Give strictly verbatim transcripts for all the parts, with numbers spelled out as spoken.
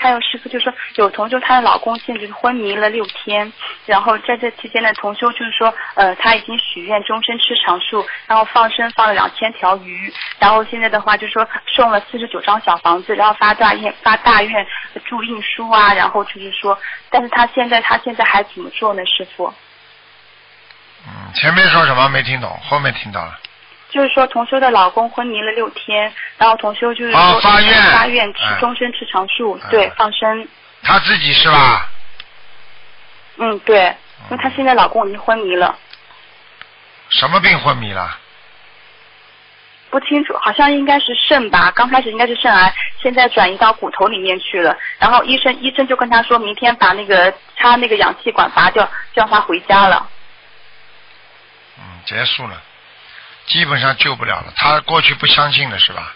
还有师傅就是说，有同修她的老公现在就是昏迷了六天，然后在这期间呢，同修就是说，呃，他已经许愿终身吃长素，然后放生放了两千条鱼，然后现在的话就是说送了四十九张小房子，然后发大愿发大愿注印书啊，然后就是说，但是他现在他现在还怎么做呢，师傅？ 嗯，前面说什么没听懂，后面听到了。 就是说，同修的老公昏迷了六天，然后同修就是说、 哦、发愿发愿吃终身吃长素， 嗯、 对，放生。 他自己是吧？ 嗯，对，因为他现在老公已经昏迷了。 什么病昏迷了？ 不清楚，好像应该是肾吧，刚开始应该是肾癌，现在转移到骨头里面去了。然后医生医生就跟他说明天把那个插那个氧气管拔掉，就让他回家了。 嗯，结束了。基本上救不了了，他过去不相信的是吧？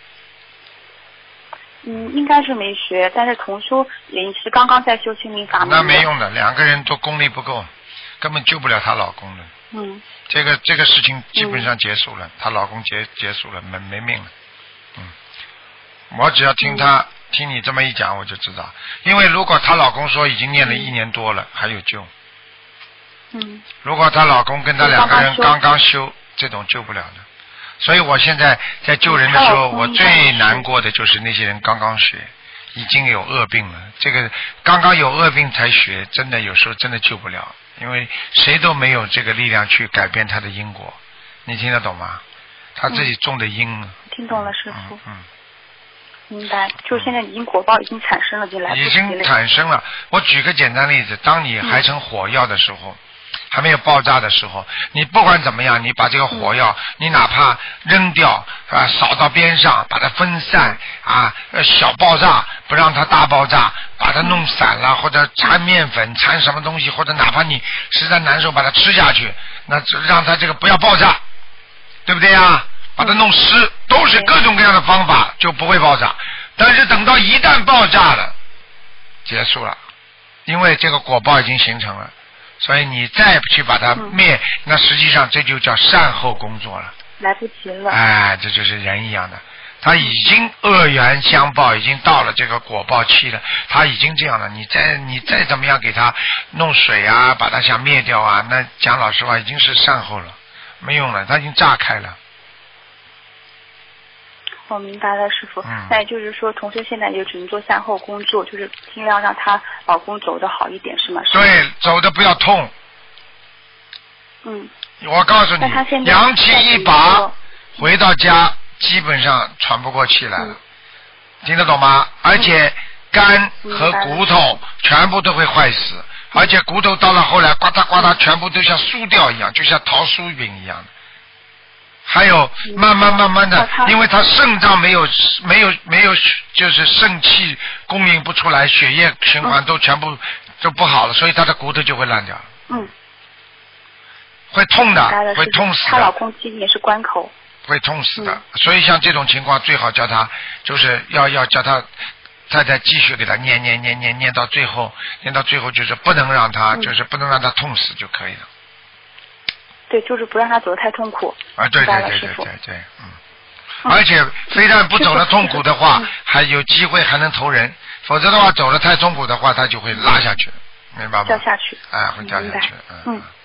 嗯，应该是没学，但是同修也是刚刚在修心灵法门。 那没用的，两个人都功力不够，根本救不了她老公的。 嗯。 这个这个事情基本上结束了，她、嗯、老公结结束了，没没命了。嗯。我只要听她、嗯、听你这么一讲，我就知道，因为如果她老公说已经念了一年多了，嗯、还有救。 嗯。 如果她老公跟她两个人刚刚修。这种救不了的，所以我现在在救人的时候，我最难过的就是那些人刚刚学，已经有恶病了。这个刚刚有恶病才学，真的有时候真的救不了，因为谁都没有这个力量去改变他的因果。你听得懂吗？他自己种的因。嗯、 听懂了，师傅。 嗯。嗯明白，就现在已经果报已经产生了，就来不及了。 已经产生了。我举个简单例子，当你还成火药的时候。嗯还没有爆炸的时候，你不管怎么样，你把这个火药，嗯、你哪怕扔掉啊，扫到边上，把它分散啊，小爆炸不让它大爆炸，把它弄散了，或者掺面粉、掺什么东西，或者哪怕你实在难受，把它吃下去，那让它这个不要爆炸，对不对呀？把它弄湿，都是各种各样的方法就不会爆炸。但是等到一旦爆炸了，结束了，因为这个果报已经形成了。所以你再去把它灭、嗯，那实际上这就叫善后工作了。 来不及了。 哎，这就是人一样的，他已经恶缘相报，已经到了这个果报期了，他已经这样了。你再你再怎么样给他弄水啊，把他想灭掉啊，那讲老实话已经是善后了，没用了，他已经炸开了。 我明白了，师傅。 嗯。 那也就是说，同学现在也只能做善后工作，就是尽量让她老公走得好一点，是吗？ 对，走得不要痛。 嗯。 我告诉你，阳气一拔，回到家基本上喘不过气来了，嗯、听得懂吗？而且肝和骨头全部都会坏死，嗯、而且骨头到了后来呱嗒呱嗒，全部都像酥掉一样，就像桃酥饼一样的。还有慢慢慢慢的，因为他肾脏没有没有没有，就是肾气供应不出来，血液循环都全部都不好了，所以他的骨头就会烂掉。 嗯。 会痛的，会痛死的。 她老公今年是关口。 会痛死的，所以像这种情况最好叫他，就是要要叫他太太继续给他念念念念念到最后，念到最后就是不能让他，就是不能让他痛死就可以了。 对，就是不让他走得太痛苦。 啊，对对对对对对，嗯。而且非但不走了痛苦的话，还有机会还能投人，否则的话走了太痛苦的话，他就会拉下去，明白吗？ 掉下去。 哎，会掉下去。 嗯。